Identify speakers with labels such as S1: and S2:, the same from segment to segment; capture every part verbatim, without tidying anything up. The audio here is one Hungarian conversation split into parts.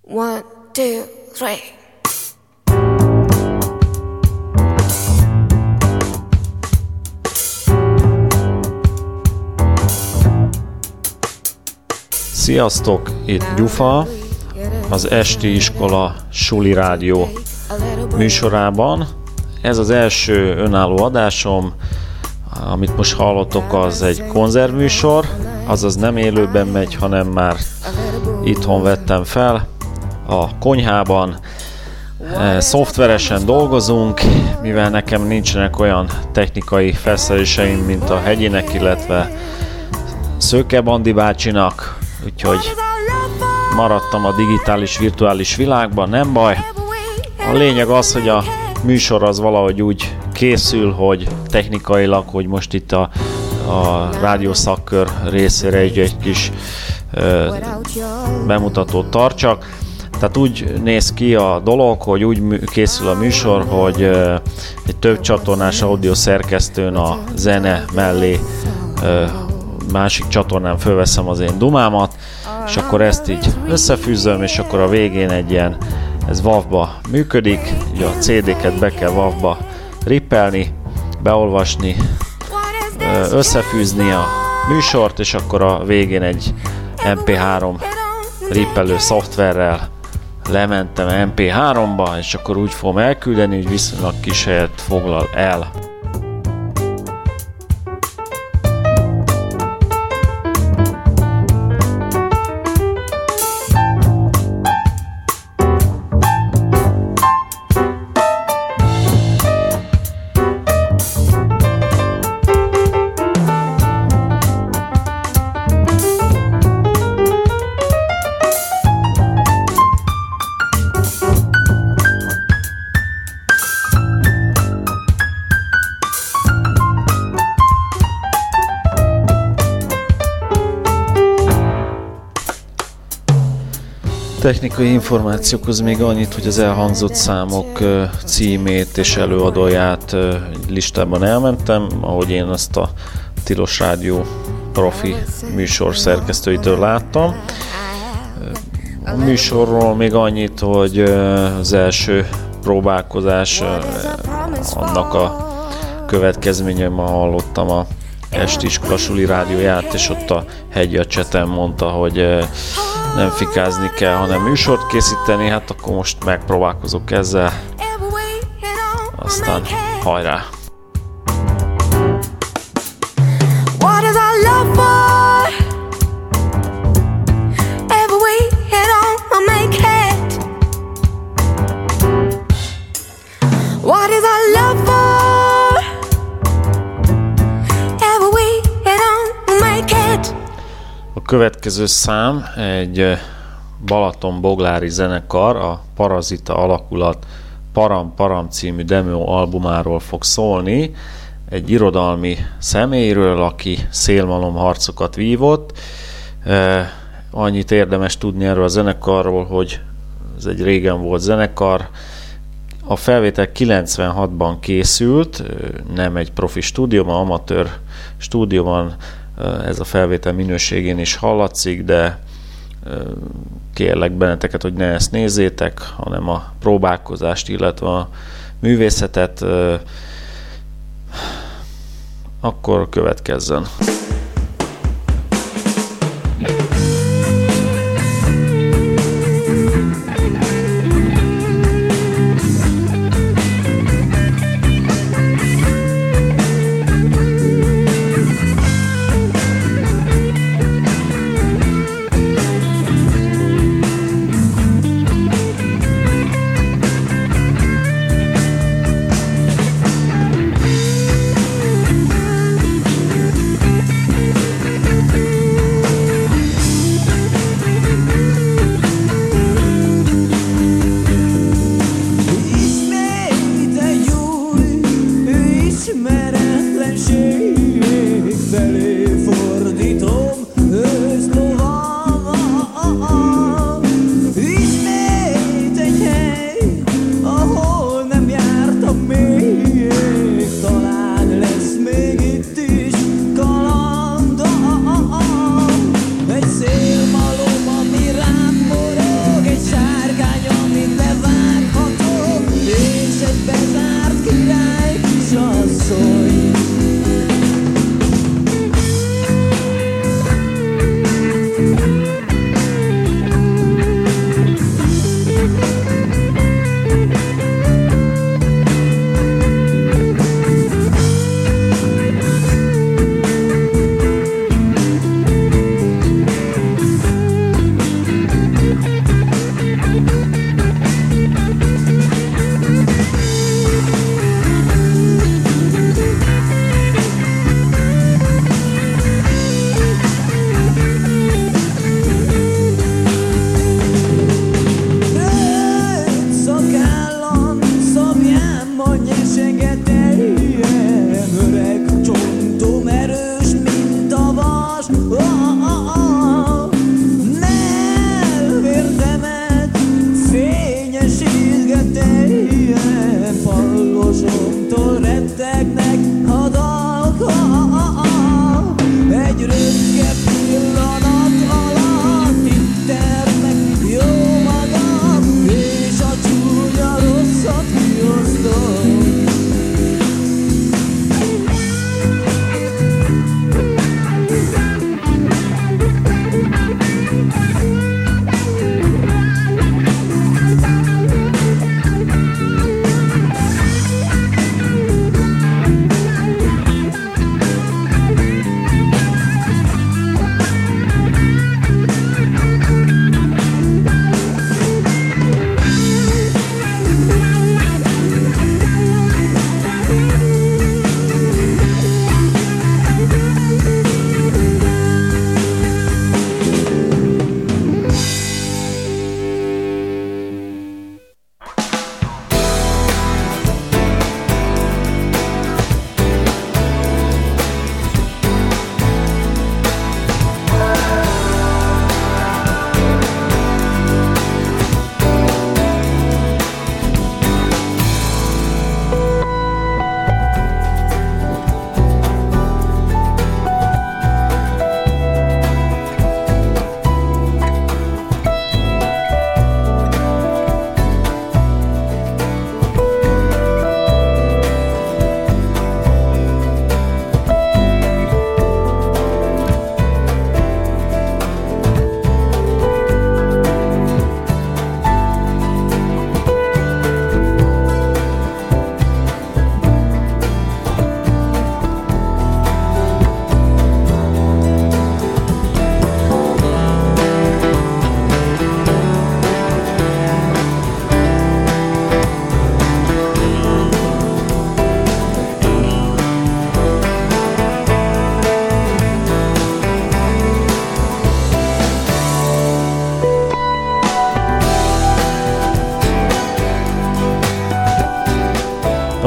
S1: One, two, three.
S2: Sziasztok, itt Gyufa, az Esti Iskola Suli Rádió műsorában. Ez az első önálló adásom, amit most hallottok, az egy konzervműsor, azaz nem élőben megy, hanem már itthon vettem fel a konyhában. E, szoftveresen dolgozunk, mivel nekem nincsenek olyan technikai felszereléseim, mint a Hegyinek, illetve Szőke Bandi bácsinak, úgyhogy maradtam a digitális, virtuális világban, nem baj. A lényeg az, hogy a műsor az valahogy úgy készül, hogy technikailag, hogy most itt a, a rádiószakkör részére egy, egy kis ö, bemutatót tartsak. Tehát úgy néz ki a dolog, hogy úgy készül a műsor, hogy ö, egy több csatornás audio szerkesztőn a zene mellé ö, másik csatornán fölveszem az én dumámat, és akkor ezt így összefűzöm, és akkor a végén egy ilyen, ez wavba működik, ugye a cé dé-ket be kell wavba rippelni, beolvasni, összefűzni a műsort, és akkor a végén egy em pé három rippelő szoftverrel lementem em pé háromba, és akkor úgy fogom elküldeni, hogy viszonylag kis helyet foglal el. Technikai információkhoz még annyit, hogy az elhangzott számok címét és előadóját listában elmentem, ahogy én ezt a Tilos Rádió profi műsor szerkesztőitől láttam. A műsorról még annyit, hogy az első próbálkozás, annak a következménye, ma hallottam a Esti Iskola Suli Rádióját, és ott a Hegyi a cseten mondta, hogy nem fikázni kell, hanem műsort készíteni, hát akkor most megpróbálkozok ezzel, aztán hajrá! What is our love for? Every we hit on a make it. What is our love for? Every we hit on a make it. A következő szám egy Balaton-boglári zenekar, a Parazita alakulat Param Param című demo albumáról fog szólni, egy irodalmi személyről, aki szélmalom harcokat vívott. Annyit érdemes tudni erről a zenekarról, hogy ez egy régen volt zenekar. A felvétel kilencvenhatban készült, nem egy profi stúdióban, amatőr stúdióban. Ez a felvétel minőségén is hallatszik, de kérlek benneteket, hogy ne ezt nézzétek, hanem a próbálkozást, illetve a művészetet. Akkor következzen.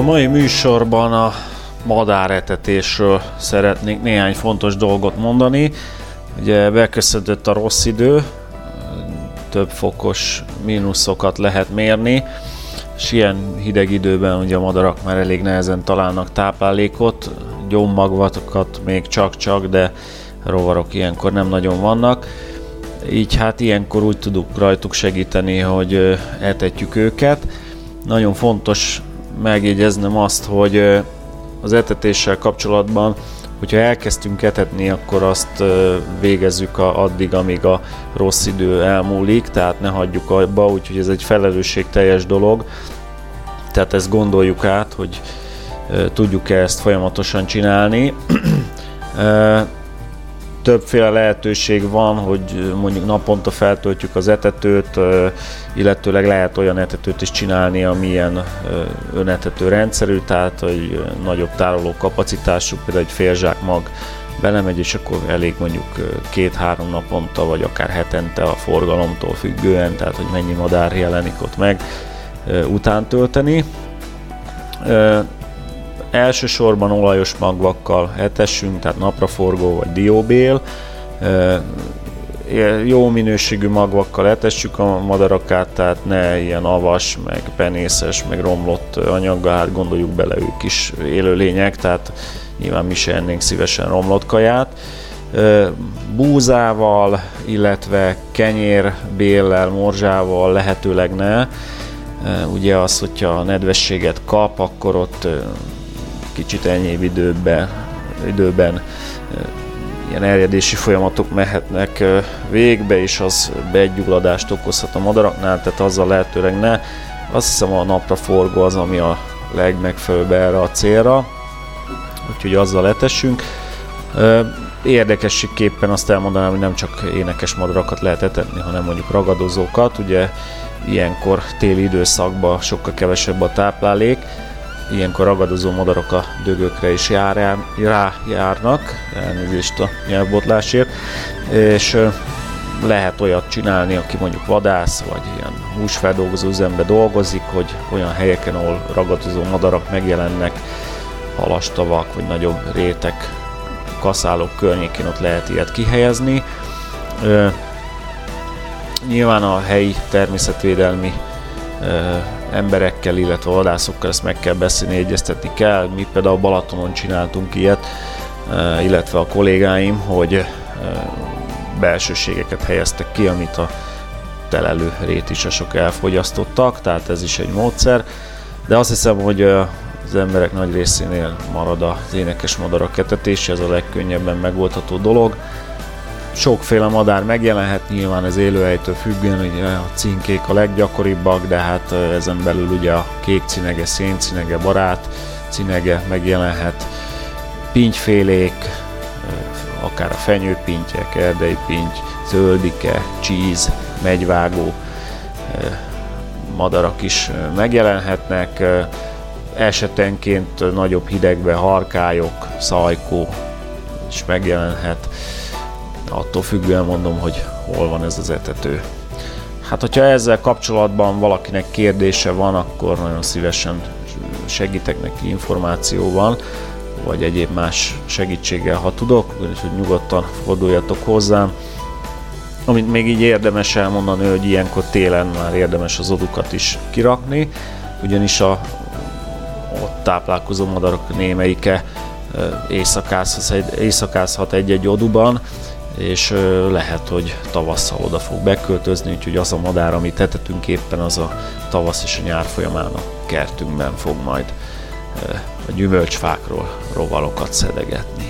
S2: mai műsorban a madáretetésről szeretnék néhány fontos dolgot mondani. Ugye beköszöntött a rossz idő, több fokos mínuszokat lehet mérni, és ilyen hideg időben ugye a madarak már elég nehezen találnak táplálékot, gyommagvatokat még csak-csak, de rovarok ilyenkor nem nagyon vannak. Így hát ilyenkor úgy tudunk rajtuk segíteni, hogy etetjük őket. Nagyon fontos megjegyeznem azt, hogy az etetéssel kapcsolatban, hogyha elkezdtünk etetni, akkor azt végezzük addig, amíg a rossz idő elmúlik, tehát ne hagyjuk abba, úgyhogy ez egy felelősségteljes dolog. Tehát ezt gondoljuk át, hogy tudjuk-e ezt folyamatosan csinálni. Többféle lehetőség van, hogy mondjuk naponta feltöltjük az etetőt, illetőleg lehet olyan etetőt is csinálni, ami ilyen önetető rendszerű, tehát hogy nagyobb tároló kapacitású, például egy fél zsák mag belemegy, és akkor elég mondjuk két-három naponta, vagy akár hetente a forgalomtól függően, tehát hogy mennyi madár jelenik ott meg, utántölteni. Elsősorban olajos magvakkal etessünk, tehát napraforgó vagy dióbél. Jó minőségű magvakkal etessük a madarakát, tehát ne ilyen avas, meg penészes, meg romlott anyaggal, hát gondoljuk bele, ők is élőlények, tehát nyilván mi se ennénk szívesen romlott kaját. Búzával, illetve kenyérbéllel, morzsával lehetőleg ne. Ugye az, hogyha a nedvességet kap, akkor ott kicsit enyhébb időben, időben ilyen erjedési folyamatok mehetnek végbe, és az begyulladást okozhat a madaraknál, tehát azzal lehetőleg ne. Azt hiszem, a napraforgó az, ami a legmegfelelőbb erre a célra, úgyhogy azzal etessünk. Érdekességképpen azt elmondanám, hogy nem csak énekes madarakat lehet etetni, hanem mondjuk ragadozókat. Ugye ilyenkor téli időszakban sokkal kevesebb a táplálék, ilyenkor ragadozó madarak a dögökre is jár, rá járnak, elnézést a nyelvbotlásért, és lehet olyat csinálni, aki mondjuk vadász, vagy ilyen húsfeldolgozó üzemben dolgozik, hogy olyan helyeken, ahol ragadozó madarak megjelennek, halastavak, vagy nagyobb rétek, kaszálók környékén ott lehet ilyet kihelyezni. Nyilván a helyi természetvédelmi emberekkel, illetve vadászokkal ezt meg kell beszélni, egyeztetni kell. Mi például Balatonon csináltunk ilyet, illetve a kollégáim, hogy belsőségeket helyeztek ki, amit a telelő rétisasok elfogyasztottak, tehát ez is egy módszer. De azt hiszem, hogy az emberek nagy részénél marad az énekes madarak etetése, ez a legkönnyebben megoldható dolog. Sokféle madár megjelenhet, nyilván ez élőhelytől függően, ugye a cinkék a leggyakoribbak, de hát ezen belül ugye a kék cinege, széncinege, barát cinege megjelenhet, pintyfélék, akár a fenyőpintyek, erdei pinty, zöldike, csíz, megyvágó madarak is megjelenhetnek, esetenként nagyobb hidegben harkályok, szajkó is megjelenhet. Attól függően mondom, hogy hol van ez az etető. Hát, hogyha ezzel kapcsolatban valakinek kérdése van, akkor nagyon szívesen segítek neki információval, vagy egyéb más segítséggel, ha tudok, úgyhogy nyugodtan forduljatok hozzám. Amit még így érdemes elmondani, hogy ilyenkor télen már érdemes az odukat is kirakni, ugyanis a ott táplálkozó madarak némelyike éjszakázhat, éjszakázhat egy-egy oduban, és lehet, hogy tavasszal oda fog beköltözni, úgyhogy az a madár, amit etetünk éppen, az a tavasz és a nyár folyamán a kertünkben fog majd a gyümölcsfákról rovalokat szedegetni.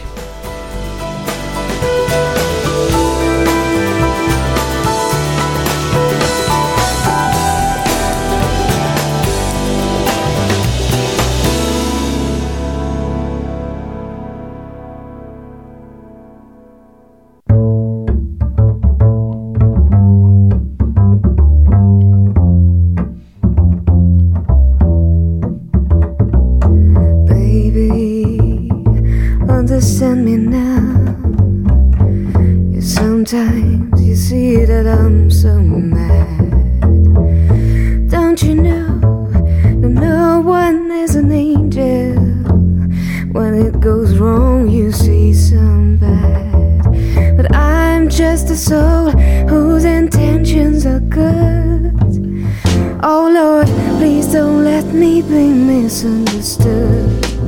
S1: Understand me now. You sometimes you see that I'm so mad. Don't you know that no one is an angel? a soul whose intentions are good. Oh Lord, please don't let me be misunderstood.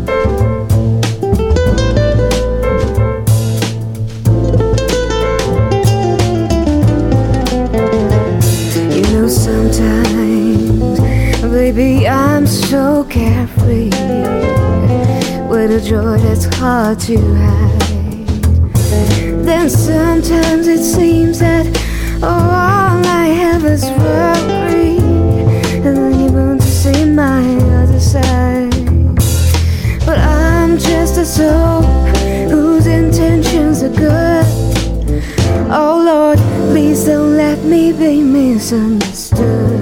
S1: You know sometimes, baby, I'm so carefree with a joy that's hard to hide. Then sometimes it seems that oh, all I have is worry, and then you want to see my other side. But I'm just a soul whose intentions are good. Oh Lord, please don't let me be misunderstood.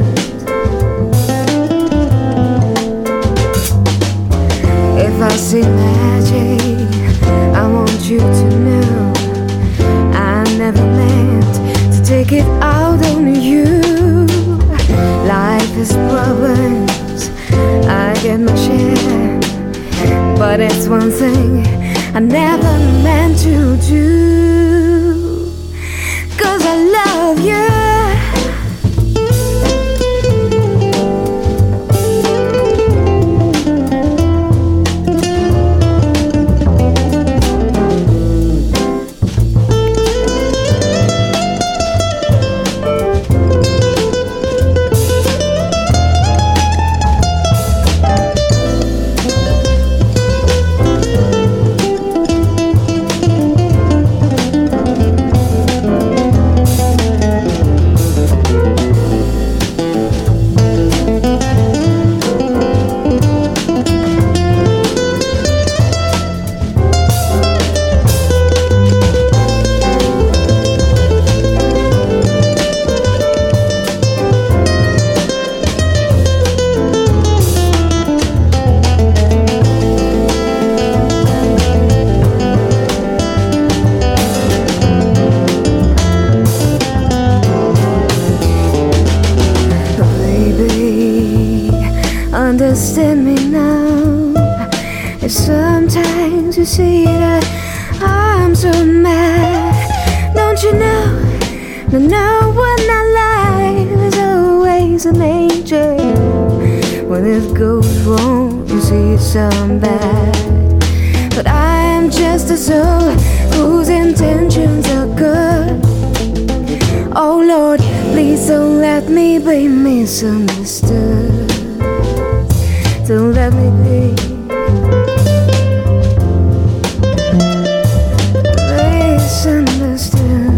S1: If I see magic, I want you to know I never meant to take it out on you. Life is problems, I get my share, but it's one thing I never meant to do, 'cause I love you. Understand me now. If sometimes you see that I'm so mad, don't you know, no, no one alive is always an angel. When it goes wrong, you see some bad, but I'm just a soul whose intentions are good. Oh Lord, please don't let me be misunderstood. Don't let me be misunderstood.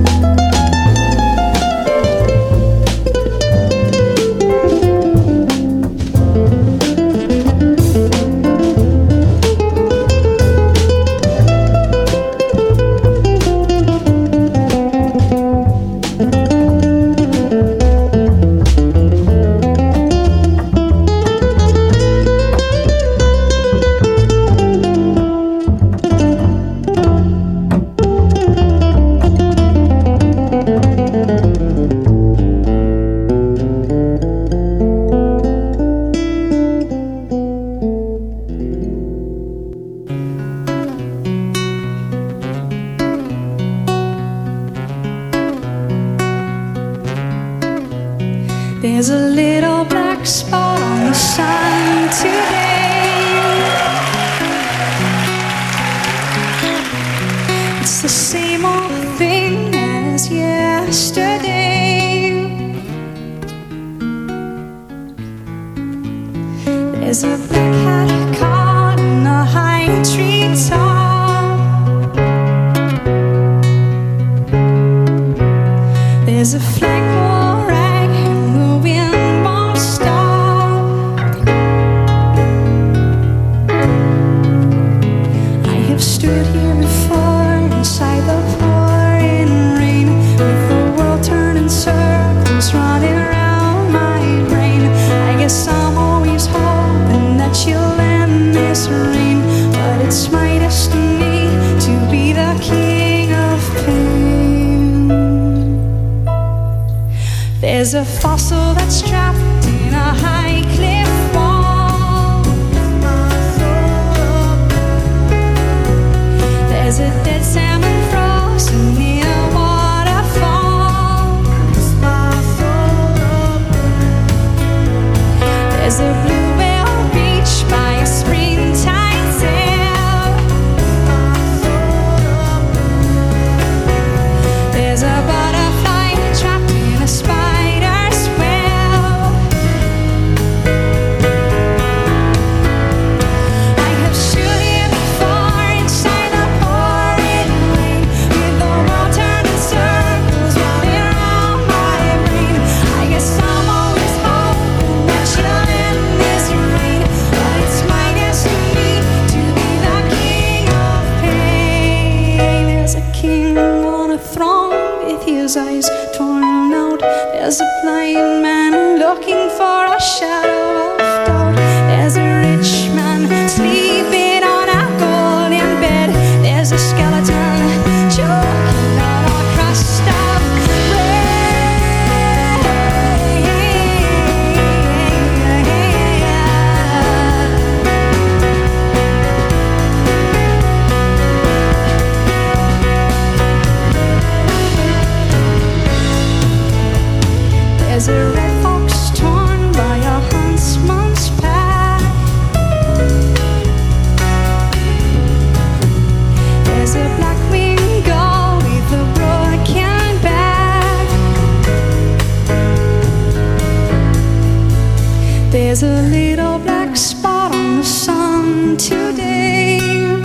S3: There's a little black spot on the sun today. It's the same old thing as yesterday. There's a black hat caught in a high tree top. There's a flag for rag and the wind won't stop. I have stood here before inside the pouring rain, with the world turning circles running around my brain. I guess I'm always hoping that you'll end this rain, but it's my destiny to be the king of pain. There's a fossil that's trapped in a high cliff wall. There's a dead salmon frozen near a waterfall. his eyes torn out. There's a blind man looking for a shadow of doubt. There's a rich man sleeping on a golden bed. There's a skeleton choking on a crust of There's a red fox torn by a huntsman's pack. There's a black-winged gull with a broken back. There's a little black spot on the sun today.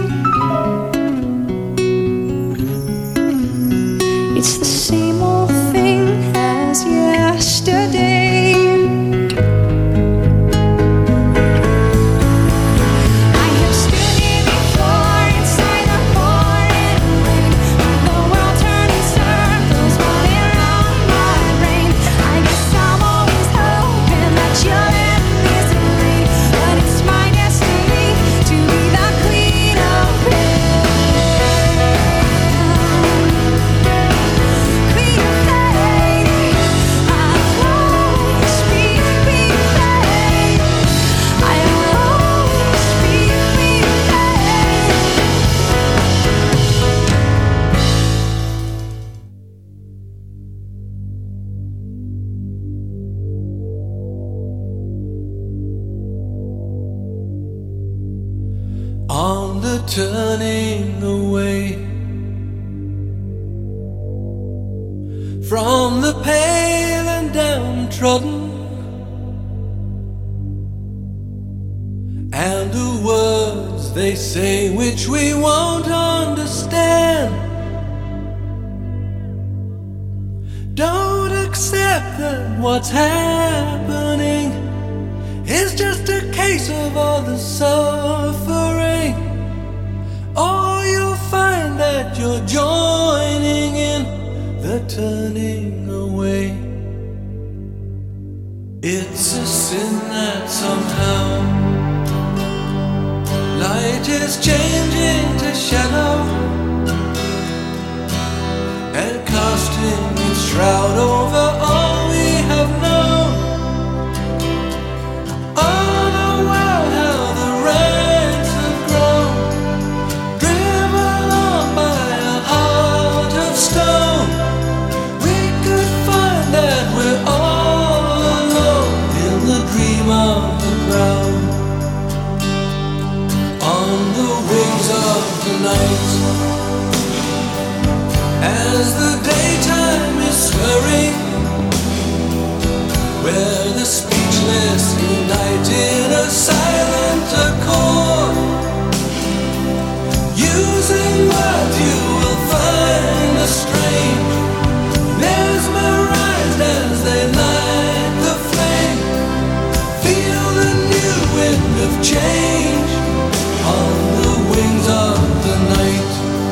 S3: It's the same old thing as yesterday. I have stood here before inside the pouring rain, when the world turned in circles, running around my brain. I guess I'm always hoping that you'll end misery, but it's my destiny to be the queen of pain. Queen of pain. I'll always be queen of pain. I'll always be queen of pain.
S4: On the turning away from the pale and downtrodden, and the words they say which we won't understand. Don't accept that what's happening is just a case of all the suffering, or you'll find that you're joining in the turning away. It's a sin that somehow light is changing to shadow and casting its shroud over all we have known. Oh, the world, how the ranks have grown, driven on by a heart of stone. We could find that we're all alone in the dream of the ground. On the wings of the night, as the daytime is stirring, where the speechless unite in a silent accord, using words you will find a strange, mesmerized as they light the flame. Feel the new wind of change on the wings of the night.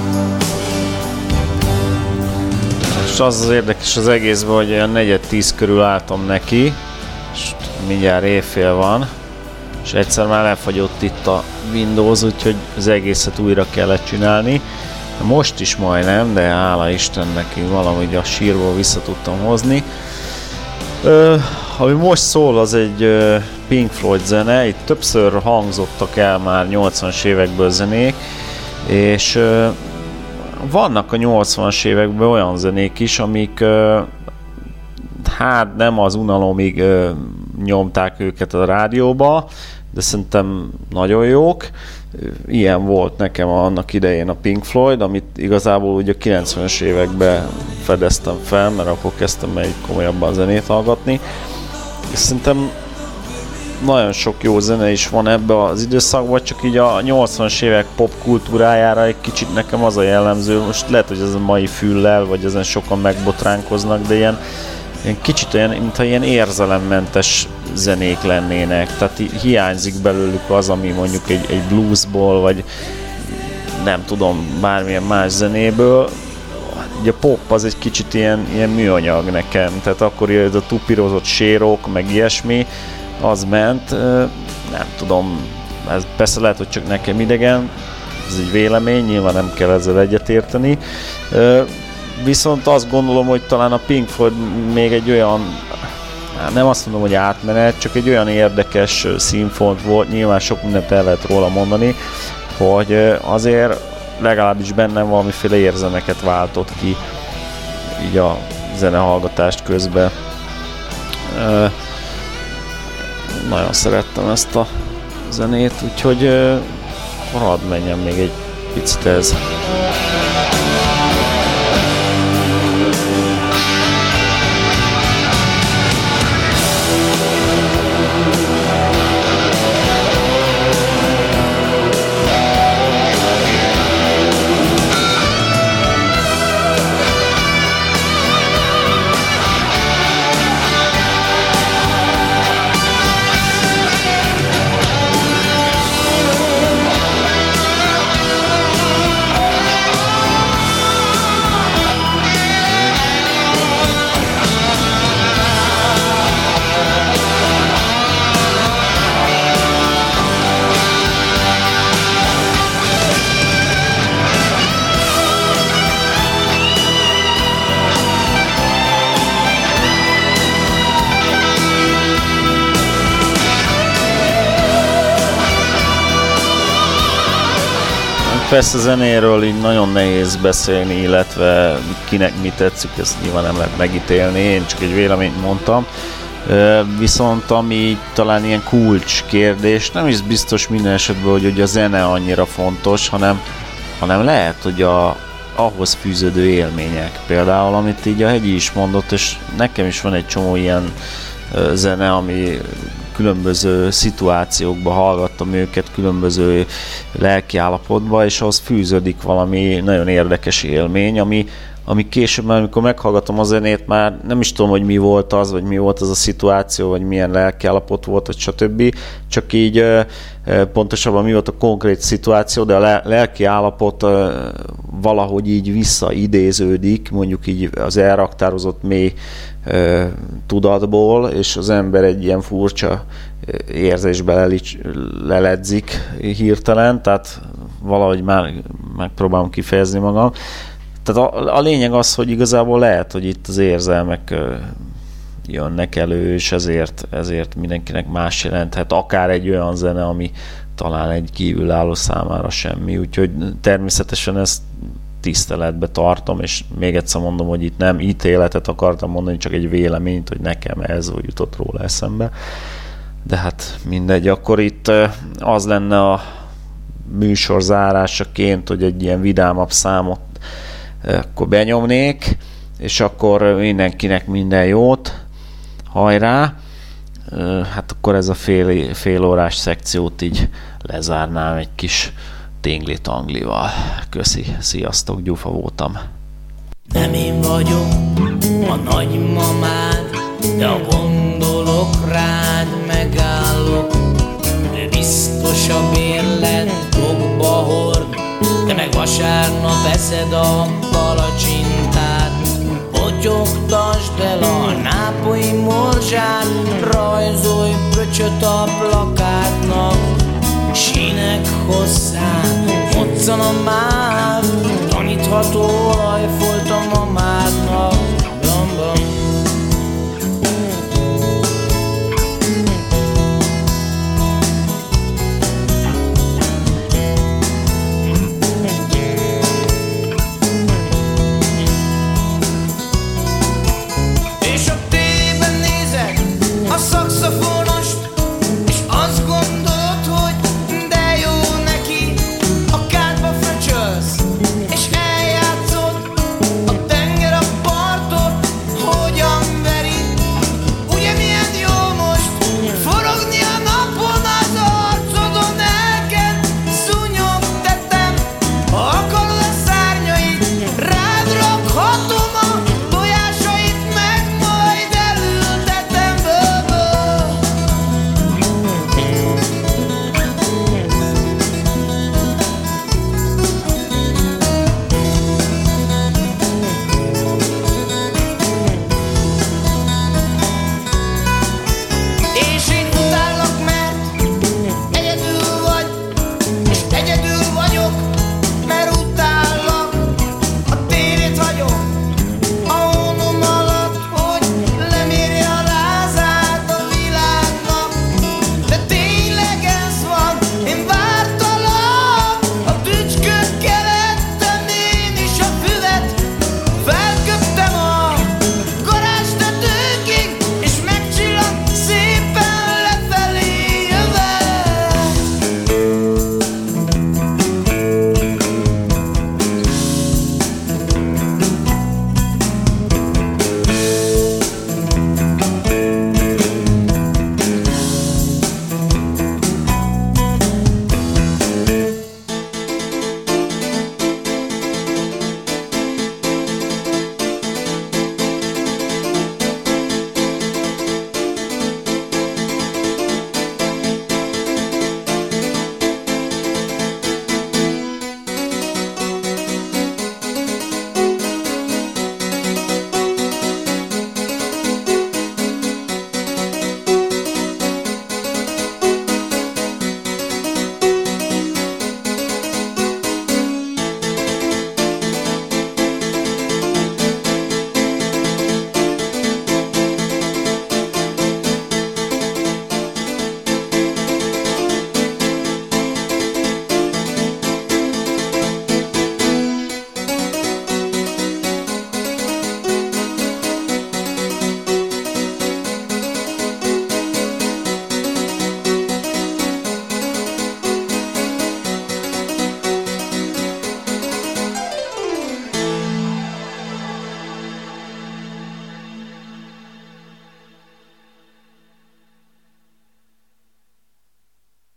S2: És az az érdekes az egészben, hogy olyan negyed tíz körül álltam neki, és mindjárt éjfél van, és egyszer már lefagyott itt a Windows, úgyhogy az egészet újra kellett csinálni. Most is majdnem, de hála Istennek én valahogy a sírból vissza tudtam hozni. Ö, ami most szól, az egy ö, Pink Floyd zene, itt többször hangzottak el már nyolcvanas évekből zenék, és ö, vannak a nyolcvanas években olyan zenék is, amik ö, hát nem az unalomig ö, nyomták őket a rádióba, de szerintem nagyon jók. Ilyen volt nekem annak idején a Pink Floyd, amit igazából ugye a kilencvenes években fedeztem fel, mert akkor kezdtem egy komolyabban zenét hallgatni. És szerintem nagyon sok jó zene is van ebbe az időszakban, csak így a nyolcvanas évek popkultúrájára egy kicsit nekem az a jellemző, most lehet, hogy ez a mai füllel, vagy ezen sokan megbotránkoznak, de ilyen, ilyen kicsit olyan, mintha ilyen érzelemmentes zenék lennének, tehát hiányzik belőlük az, ami mondjuk egy, egy bluesból, vagy nem tudom, bármilyen más zenéből. ugye a pop az egy kicsit ilyen, ilyen műanyag nekem, tehát akkor ez a tupírozott sérok, meg ilyesmi, az ment, nem tudom, ez persze lehet, hogy csak nekem idegen, ez egy vélemény, nyilván nem kell ezzel egyetérteni, viszont azt gondolom, hogy talán a Pink Floyd még egy olyan, nem azt mondom, hogy átmenet, csak egy olyan érdekes színfont volt, nyilván sok mindent el lehet róla mondani, hogy azért legalábbis bennem valamiféle érzelmeket váltott ki így a zenehallgatást közben. Nagyon szerettem ezt a zenét, úgyhogy hadd menjen még egy picit ez. Persze zenéről így nagyon nehéz beszélni, illetve kinek mi tetszik, ezt nyilván nem lehet megítélni, én csak egy véleményt mondtam. Viszont ami talán ilyen kulcs kérdés, nem is biztos minden esetben, hogy, hogy a zene annyira fontos, hanem, hanem lehet, hogy a, ahhoz fűződő élmények. Például, amit így a Hegyi is mondott, és nekem is van egy csomó ilyen zene, ami különböző szituációkban hallgattam őket, különböző lelkiállapotban, és ahhoz fűződik valami nagyon érdekes élmény, ami, ami később, amikor meghallgatom a zenét, már nem is tudom, hogy mi volt az, vagy mi volt az a szituáció, vagy milyen lelkiállapot volt, vagy stb. Csak így pontosabban mi volt a konkrét szituáció, de a lelkiállapot valahogy így visszaidéződik, mondjuk így az elraktározott mély tudatból, és az ember egy ilyen furcsa érzésbe leledzik hirtelen, tehát valahogy már megpróbálom kifejezni magam. Tehát a, a lényeg az, hogy igazából lehet, hogy itt az érzelmek jönnek elő, és ezért, ezért mindenkinek más jelenthet, akár egy olyan zene, ami talán egy kívülálló számára semmi, úgyhogy természetesen ezt tiszteletbe tartom, és még egyszer mondom, hogy itt nem ítéletet akartam mondani, csak egy véleményt, hogy nekem ez jutott róla eszembe. De hát mindegy, akkor itt az lenne a műsor zárásaként, hogy egy ilyen vidámabb számot akkor benyomnék, és akkor mindenkinek minden jót, hajrá! Hát akkor ez a fél, fél órás szekciót így lezárnám egy kis tingli-tanglival. Köszi, sziasztok, Gyufa voltam.
S5: Nem én vagyok a nagymamád, de ha gondolok rád, megállok. Biztos a bérlet fogba hord, de meg vasárnap eszed a palacsintát. Potyogtasd el a nápolyi morzsát, rajzolj pöcsöt a plakátnak. Sínek hosszán, moccan a máv, tanítható olajfó